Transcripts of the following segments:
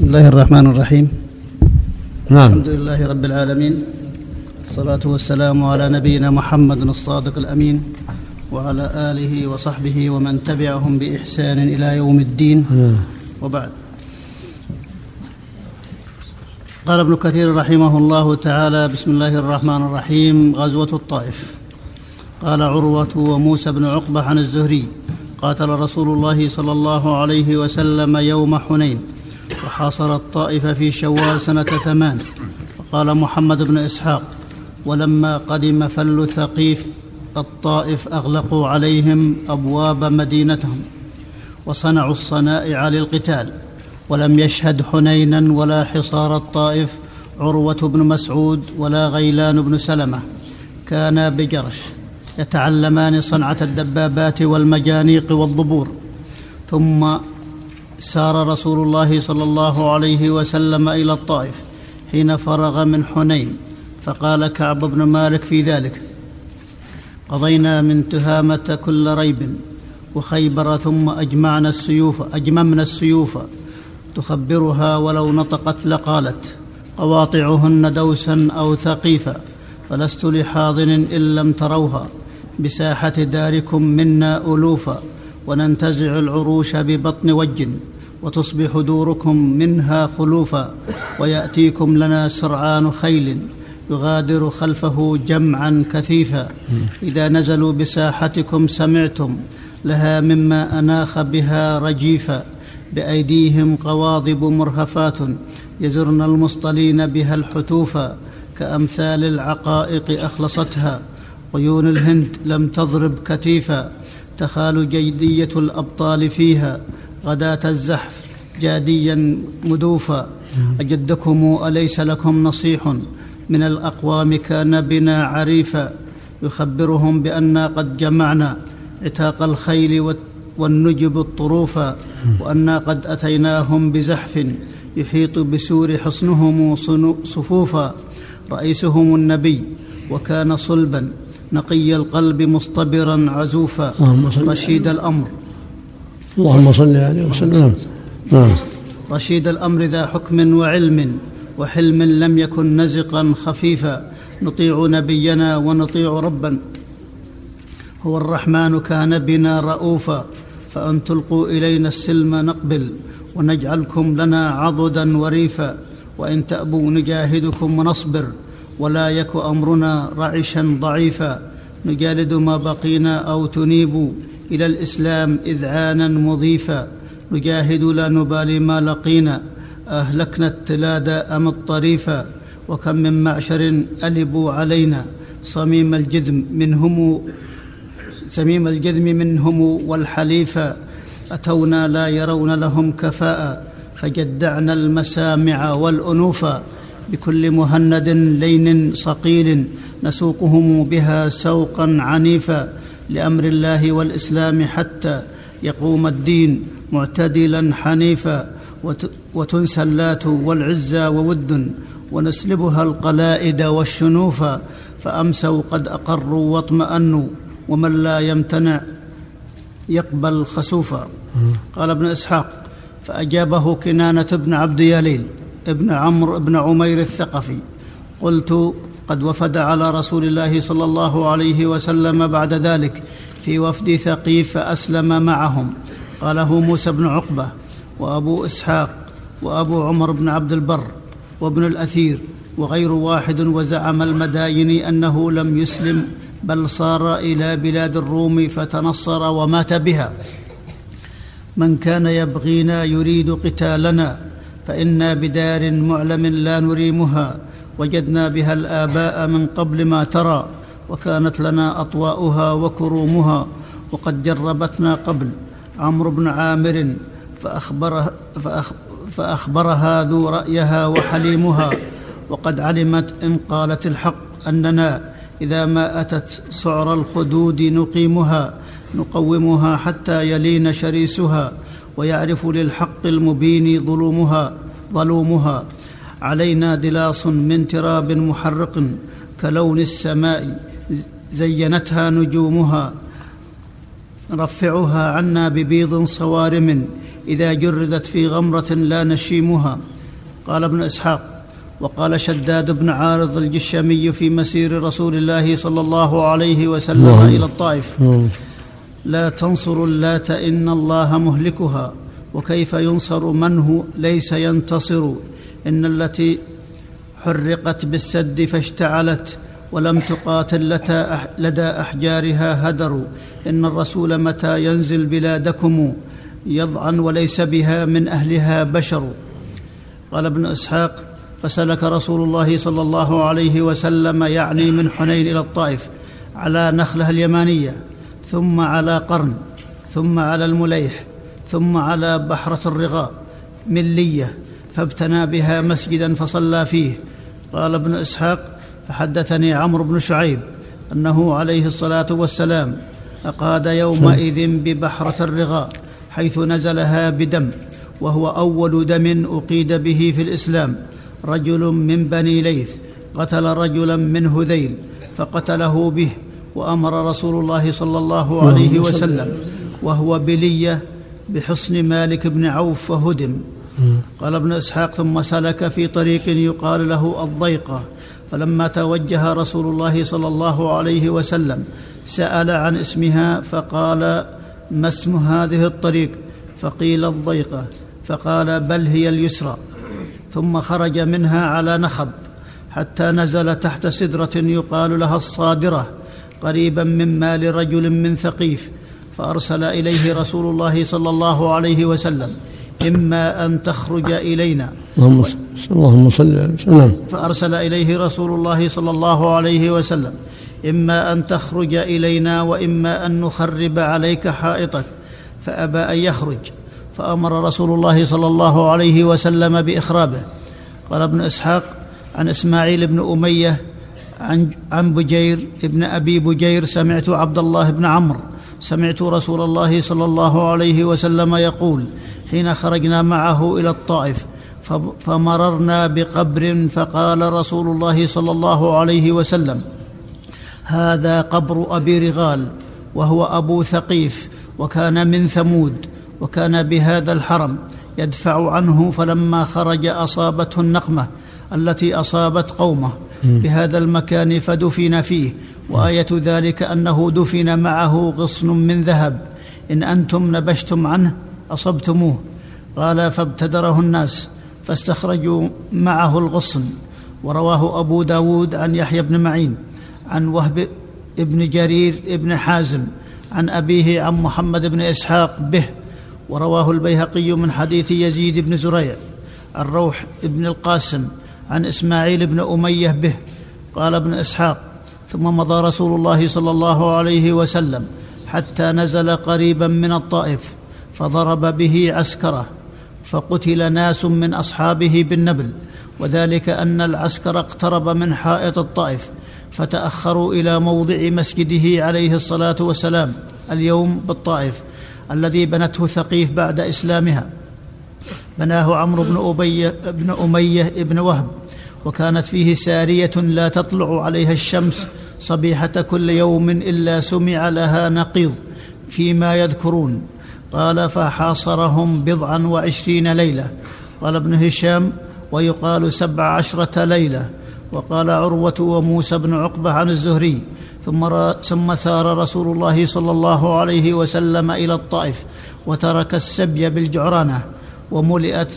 بسم الله الرحمن الرحيم. نعم. الحمد لله رب العالمين، الصلاة والسلام على نبينا محمد الصادق الأمين وعلى آله وصحبه ومن تبعهم بإحسان إلى يوم الدين. وبعد، قال ابن كثير رحمه الله تعالى: بسم الله الرحمن الرحيم. غزوة الطائف. قال عروة وموسى بن عقبة عن الزهري: قاتل رسول الله صلى الله عليه وسلم يوم حنين، وحاصر الطائف في شوال سنة 8. وقال محمد بن إسحاق: ولما قدم فل ثقيف الطائف أغلقوا عليهم أبواب مدينتهم وصنعوا الصنائع للقتال، ولم يشهد حنينا ولا حصار الطائف عروة بن مسعود ولا غيلان بن سلمة، كانا بجرش يتعلمان صنعة الدبابات والمجانيق والضبور. ثم سار رسول الله صلى الله عليه وسلم إلى الطائف حين فرغ من حنين، فقال كعب بن مالك في ذلك: قضينا من تهامة كل ريب وخيبر، ثم أجممنا السيوف تخبرها ولو نطقت لقالت: قواطعهن دوسا أو ثقيفا، فلست لحاضن إن لم تروها، بساحة داركم منا ألوفا، وننتزع العروش ببطن وج، وتصبح دوركم منها خلوفا، ويأتيكم لنا سرعان خيل يغادر خلفه جمعا كثيفا، إذا نزلوا بساحتكم سمعتم لها مما أناخ بها رجيفا، بأيديهم قواضب مرهفات يزرن المصطلين بها الحتوفا، كأمثال العقائق أخلصتها عيون الهند لم تضرب كتيفا، تخال جيدية الأبطال فيها غداة الزحف جاديا مدوفا، أجدكم أليس لكم نصيح من الأقوام كان بنا عريفا، يخبرهم بأننا قد جمعنا عتاق الخيل والنجب الطروفا، وأننا قد أتيناهم بزحف يحيط بسور حصنهم صفوفا، رئيسهم النبي وكان صلبا نقي القلب مصطبرا عزوفا، رشيد الأمر. اللهم صل عليه وسلم. رشيد الأمر ذا حكم وعلم وحلم، لم يكن نزقا خفيفا، نطيع نبينا ونطيع ربا، هو الرحمن كان بنا رؤوفا، فأن تلقوا إلينا السلم نقبل، ونجعلكم لنا عضدا وريفا، وإن تأبوا نجاهدكم ونصبر، ولا يك أمرنا رعشا ضعيفا، نجالد ما بقينا أو تنيبوا إلى الإسلام إذعانا مضيفا، نجاهد لا نبالي ما لقينا، أهلكنا التلاد أم الطريفا، وكم من معشر ألبوا علينا صميم الجذم منهم والحليفا، أتونا لا يرون لهم كفاء، فجدعنا المسامع والأنوفا، بكل مهند لين صقيل نسوقهم بها سوقا عنيفا، لأمر الله والإسلام حتى يقوم الدين معتدلا حنيفا، وتنسى اللات والعزى وود، ونسلبها القلائد والشنوفا، فأمسوا قد أقروا واطمأنوا، ومن لا يمتنع يقبل خسوفا. قال ابن إسحاق: فأجابه كنانة بن عبد يليل ابن عمرو بن عمير الثقفي: قلت: قد وفد على رسول الله صلى الله عليه وسلم بعد ذلك في وفد ثقيف فأسلم معهم. قاله موسى بن عقبة وأبو إسحاق وأبو عمر بن عبد البر وابن الأثير وغير واحد، وزعم المدايني أنه لم يسلم، بل صار إلى بلاد الروم فتنصر ومات بها. من كان يبغينا يريد قتالنا، فإنا بدار معلم لا نريمها، وجدنا بها الآباء من قبل ما ترى، وكانت لنا أطواؤها وكرومها، وقد جربتنا قبل عمرو بن عامر فأخبرها ذو رأيها وحليمها، وقد علمت إن قالت الحق أننا إذا ما أتت سعر الخدود نقيمها، نقومها حتى يلين شريسها، ويعرف للحق المبين ظلومها، علينا دلاص من تراب محرق كلون السماء زينتها نجومها، رفعها عنا ببيض صوارم إذا جردت في غمرة لا نشيمها. قال ابن إسحاق: وقال شداد بن عارض الجشمي في مسير رسول الله صلى الله عليه وسلم إلى الطائف: لا تنصروا اللات إن الله مهلكها، وكيف ينصر منه ليس ينتصر، إن التي حرقت بالسد فاشتعلت ولم تقاتل لدى أحجارها هدر، إن الرسول متى ينزل بلادكم يضعن وليس بها من أهلها بشر. قال ابن إسحاق: فسلك رسول الله صلى الله عليه وسلم يعني من حنين إلى الطائف على نخلة اليمانية، ثم على قرن، ثم على المليح، ثم على بحرة الرغاء ملية، فابتنى بها مسجدا فصلى فيه. قال ابن إسحاق: فحدثني عمرو بن شعيب أنه عليه الصلاة والسلام أقاد يومئذ ببحرة الرغاء حيث نزلها بدم، وهو أول دم أقيد به في الإسلام. رجل من بني ليث قتل رجلا من هذيل فقتله به، وأمر رسول الله صلى الله عليه وسلم وهو بلية بحصن مالك بن عوف فهدم. قال ابن إسحاق: ثم سلك في طريق يقال له الضيقة، فلما توجه رسول الله صلى الله عليه وسلم سأل عن اسمها فقال: ما اسم هذه الطريق؟ فقيل: الضيقة، فقال: بل هي اليسرى. ثم خرج منها على نخب حتى نزل تحت سدرة يقال لها الصادرة قريبا من مال رجل من ثقيف، فأرسل إليه رسول الله صلى الله عليه وسلم: إما أن تخرج إلينا. اللهم صل على وسلم. فأرسل إليه رسول الله صلى الله عليه وسلم: إما أن تخرج إلينا وإما أن نخرب عليك حائطك، فأبى أن يخرج، فأمر رسول الله صلى الله عليه وسلم بإخرابه. قال ابن إسحاق: عن إسماعيل بن أمية عن بجير ابن أبي بجير: سمعت عبد الله بن عمرو سمعت رسول الله صلى الله عليه وسلم يقول حين خرجنا معه إلى الطائف فمررنا بقبر، فقال رسول الله صلى الله عليه وسلم: هذا قبر أبي رغال، وهو أبو ثقيف، وكان من ثمود، وكان بهذا الحرم يدفع عنه، فلما خرج أصابته النقمة التي أصابت قومه بهذا المكان فدفن فيه، وآية ذلك أنه دفن معه غصن من ذهب، إن أنتم نبشتم عنه أصبتموه. قال: فابتدره الناس فاستخرجوا معه الغصن. ورواه أبو داود عن يحيى بن معين عن وهب ابن جرير ابن حازم عن أبيه عن محمد بن إسحاق به. ورواه البيهقي من حديث يزيد بن زريع عن روح ابن القاسم عن إسماعيل بن أمية به. قال ابن إسحاق: ثم مضى رسول الله صلى الله عليه وسلم حتى نزل قريبا من الطائف فضرب به عسكره، فقتل ناس من أصحابه بالنبل، وذلك أن العسكر اقترب من حائط الطائف فتأخروا إلى موضع مسجده عليه الصلاة والسلام اليوم بالطائف الذي بنته ثقيف بعد إسلامها. بناه عمرو بن أمية بن وهب، وكانت فيه سارية لا تطلع عليها الشمس صبيحة كل يوم إلا سمع لها نقيض فيما يذكرون. قال: فحاصرهم 27 ليلة. قال ابن هشام: ويقال 17 ليلة. وقال عروة وموسى بن عقبة عن الزهري: ثم سار رسول الله صلى الله عليه وسلم إلى الطائف وترك السبي بالجعرانة، وملئت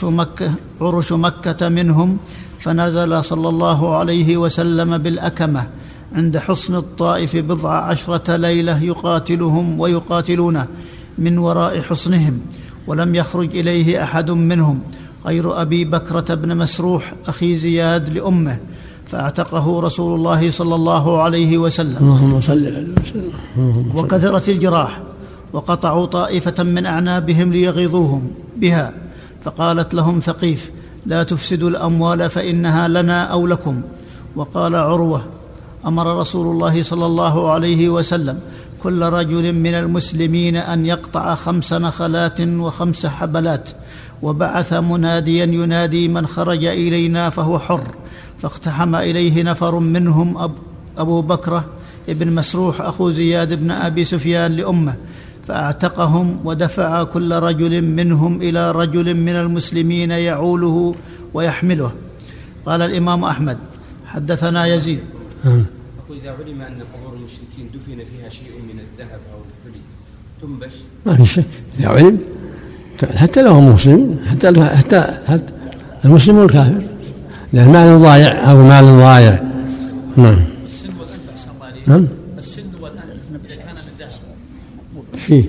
عرش مكة منهم، فنزل صلى الله عليه وسلم بالأكمة عند حصن الطائف 17 ليلة يقاتلهم ويقاتلونه من وراء حصنهم، ولم يخرج إليه أحد منهم غير أبي بكرة بن مسروح أخي زياد لأمه، فاعتقه رسول الله صلى الله عليه وسلم. اللهم صل عليه وسلم. وكثرت الجراح، وقطعوا طائفة من أعنابهم ليغيظوهم بها، فقالت لهم ثقيف: لا تفسدوا الأموال فإنها لنا أو لكم. وقال عروة: أمر رسول الله صلى الله عليه وسلم كل رجل من المسلمين أن يقطع 5 نخلات و5 حبلات، وبعث مناديا ينادي: من خرج إلينا فهو حر. فاقتحم إليه نفر منهم أبو بكرة ابن مسروح أخو زياد بن أبي سفيان لأمه، فأعتقهم ودفع كل رجل منهم إلى رجل من المسلمين يعوله ويحمله. قال الإمام أحمد حدثنا يزيد. أقول إذا علم أن قبور المشركين دفن فيها شيء من الذهب أو الحلي تنبش؟ ما في شك إذا علم، حتى لو هم مسلمين، حتى المسلم والكافر، لأن مال ضايع أو مال ضايع. نعم. السن والأنف أحسن الله عليك. نعم. السن والأنف إذا كان من ذهب. فيه.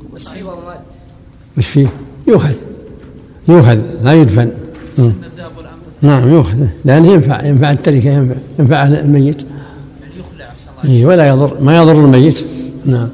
مش فيه؟ يؤخذ لا يدفن. سن الذهب والأنف. نعم يؤخذ، لأنه ينفع التركة، ينفع الميت. يعني يخلع أحسن الله عليك. ولا يضر، ما يضر الميت. نعم.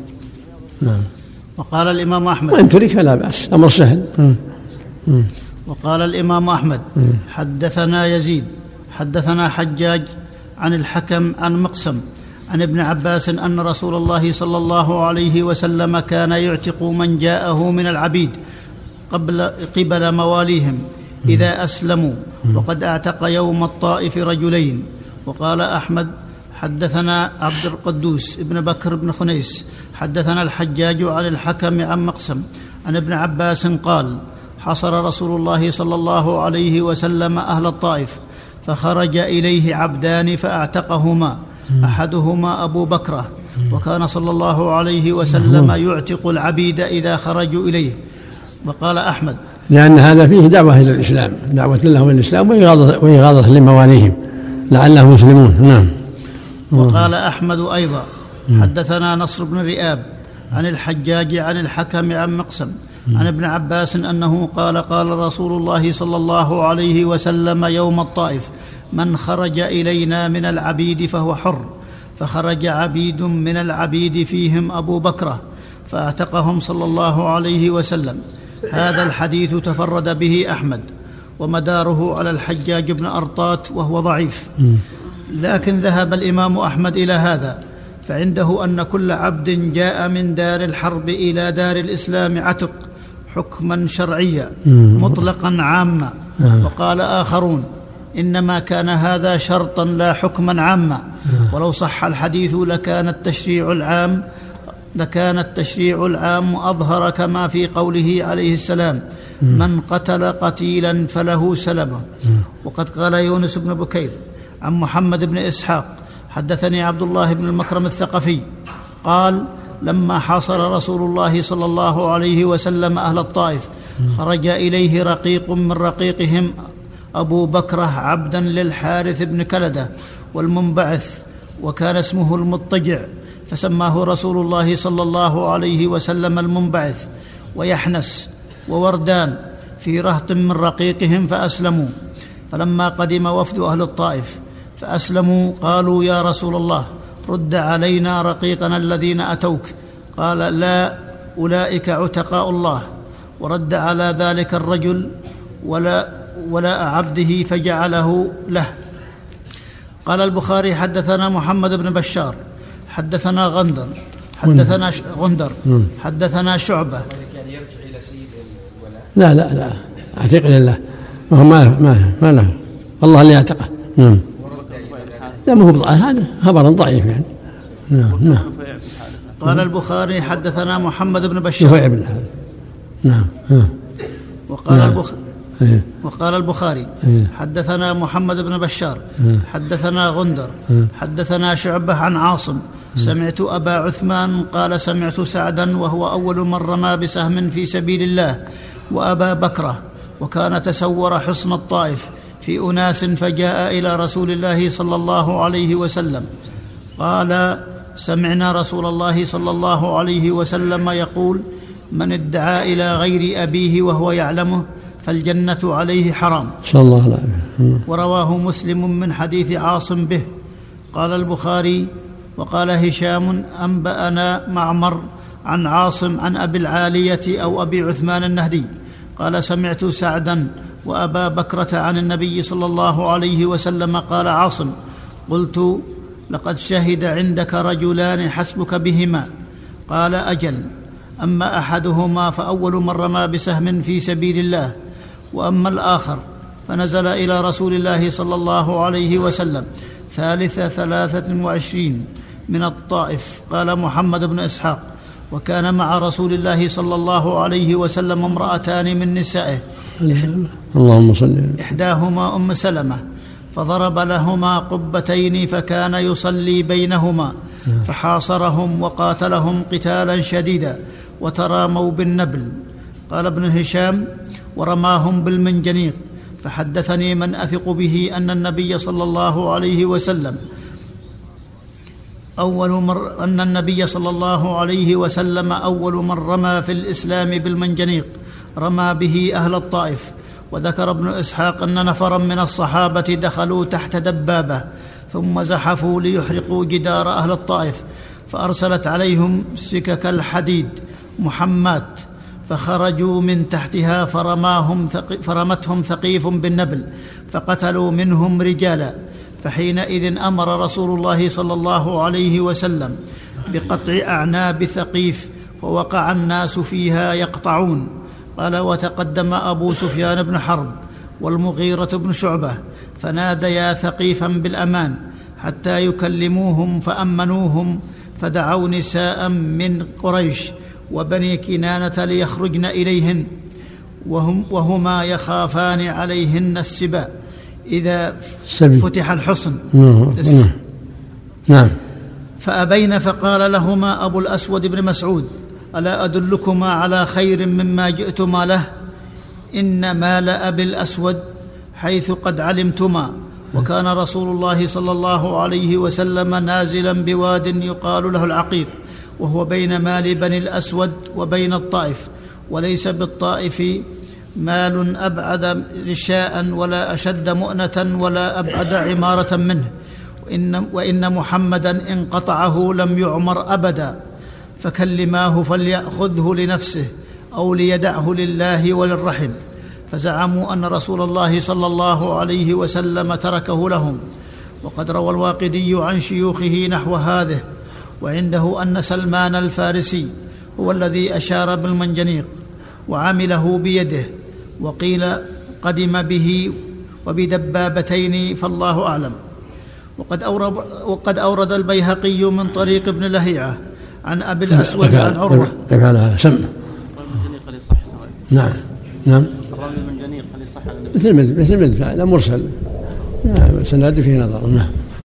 وقال الإمام أحمد وإن ترك فلا بأس، أمر سهل. وقال الإمام أحمد حدثنا يزيد حدثنا حجاج عن الحكم عن مقسم عن ابن عباس أن رسول الله صلى الله عليه وسلم كان يعتق من جاءه من العبيد قبل مواليهم إذا أسلموا، وقد اعتق يوم الطائف رجلين. وقال أحمد حدثنا عبد القدوس ابن بكر بن خنيس حدثنا الحجاج عن الحكم عن مقسم عن ابن عباس قال: حصر رسول الله صلى الله عليه وسلم أهل الطائف، فخرج إليه عبدان فأعتقهما، أحدهما أبو بكرة، وكان صلى الله عليه وسلم يعتق العبيد إذا خرجوا إليه. وقال أحمد لأن هذا فيه دعوة إلى الإسلام، دعوة لهم إلى الإسلام وإغاظة لمواليهم لعلهم مسلمون. نعم. وقال أحمد أيضا حدثنا نصر بن رئاب عن الحجاج عن الحكم عن مقسم عن ابن عباس أنه قال: قال رسول الله صلى الله عليه وسلم يوم الطائف: من خرج إلينا من العبيد فهو حر. فخرج عبيد من العبيد فيهم أبو بكرة فاعتقهم صلى الله عليه وسلم. هذا الحديث تفرد به أحمد، ومداره على الحجاج بن أرطات وهو ضعيف، لكن ذهب الإمام أحمد إلى هذا، فعنده أن كل عبد جاء من دار الحرب إلى دار الإسلام عتق حكما شرعيا مطلقا عاما. وقال آخرون: إنما كان هذا شرطا لا حكما عاما، ولو صح الحديث لكان التشريع العام أظهر، كما في قوله عليه السلام: من قتل قتيلا فله سلبه. وقد قال يونس بن بكير عن محمد بن إسحاق حدثني عبد الله بن المكرم الثقفي قال: لما حاصر رسول الله صلى الله عليه وسلم أهل الطائف خرج إليه رقيق من رقيقهم أبو بكرة عبدا للحارث بن كلدة والمنبعث، وكان اسمه المضطجع، فسماه رسول الله صلى الله عليه وسلم المنبعث ويحنس ووردان في رهط من رقيقهم فأسلموا. فلما قدم وفد أهل الطائف فأسلموا قالوا: يا رسول الله، رد علينا رقيقنا الذين أتوك. قال: لا، أولئك عتقاء الله. ورد على ذلك الرجل ولاء عبده فجعله له. قال البخاري حدثنا محمد بن بشار حدثنا غندر حدثنا شعبة. يعني يرجع إلى سيد الولاء؟ لا أعتق لله، وهو ما له، الله اللي يعتقه. لا، ما هو هذا خبر ضعيف يعني. نعم. قال البخاري حدثنا محمد بن بشار. نعم. وقال البخاري حدثنا محمد بن بشار حدثنا غندر حدثنا شعبة عن عاصم سمعت أبا عثمان قال: سمعت سعدا وهو أول من رمى بسهم في سبيل الله، وأبا بكرة، وكان تسور حصن الطائف في أناس، فجاء إلى رسول الله صلى الله عليه وسلم قال: سمعنا رسول الله صلى الله عليه وسلم يقول: من ادعى إلى غير أبيه وهو يعلمه فالجنة عليه حرام. صلى الله عليه وسلم. ورواه مسلم من حديث عاصم به. قال البخاري: وقال هشام: أنبأنا معمر عن عاصم عن أبي العالية أو أبي عثمان النهدي قال: سمعت سعدا وأبا بكرة عن النبي صلى الله عليه وسلم. قال عاصم: قلت: لقد شهد عندك رجلان حسبك بهما. قال: أجل، أما أحدهما فأول من رمى بسهم في سبيل الله، وأما الآخر فنزل إلى رسول الله صلى الله عليه وسلم 23 من الطائف. قال محمد بن إسحاق: وكان مع رسول الله صلى الله عليه وسلم امرأتان من نسائه اللهم صل إحداهما أم سلمة، فضرب لهما قبتين فكان يصلي بينهما فحاصرهم وقاتلهم قتالا شديدا وتراموا بالنبل. قال ابن هشام: ورماهم بالمنجنيق. فحدثني من أثق به أن النبي صلى الله عليه وسلم أول من رمى في الإسلام بالمنجنيق رمى به أهل الطائف. وذكر ابن إسحاق أن نفرا من الصحابة دخلوا تحت دبابة ثم زحفوا ليحرقوا جدار أهل الطائف، فأرسلت عليهم سكك الحديد محمات، فخرجوا من تحتها فرمتهم ثقيف بالنبل فقتلوا منهم رجالا. فحينئذ أمر رسول الله صلى الله عليه وسلم بقطع أعناب ثقيف، فوقع الناس فيها يقطعون. قال: وتقدم أبو سفيان بن حرب والمغيرة بن شعبة فناديا ثقيفا بالأمان حتى يكلموهم فأمنوهم، فدعوا نساء من قريش وبني كنانة ليخرجن إليهن وهما يخافان عليهن السباء إذا فتح الحصن. نعم. فأبين، فقال لهما أبو الأسود بن مسعود: ألا أدلكما على خير مما جئتما له؟ إن مال أبي الأسود حيث قد علمتما. وكان رسول الله صلى الله عليه وسلم نازلا بواد يقال له العقيق، وهو بين مال بني الأسود وبين الطائف، وليس بالطائف مال أبعد رشاء ولا أشد مؤنة ولا أبعد عمارة منه، وإن محمدا إن قطعه لم يعمر أبدا، فكلماه فليأخذه لنفسه أو ليدعه لله وللرحم. فزعموا أن رسول الله صلى الله عليه وسلم تركه لهم. وقد روى الواقدي عن شيوخه نحو هذه، وعنده أن سلمان الفارسي هو الذي أشار بالمنجنيق وعمله بيده، وقيل قدم به وبدبابتين، فالله أعلم. وقد أورد البيهقي من طريق ابن لهيعة عن أبي الأسود عن عروة. نعم نعم. الرمي المنجنيق هل يصح؟ مثل المدفع، لا مرسل، سناد فيه نظر. نعم.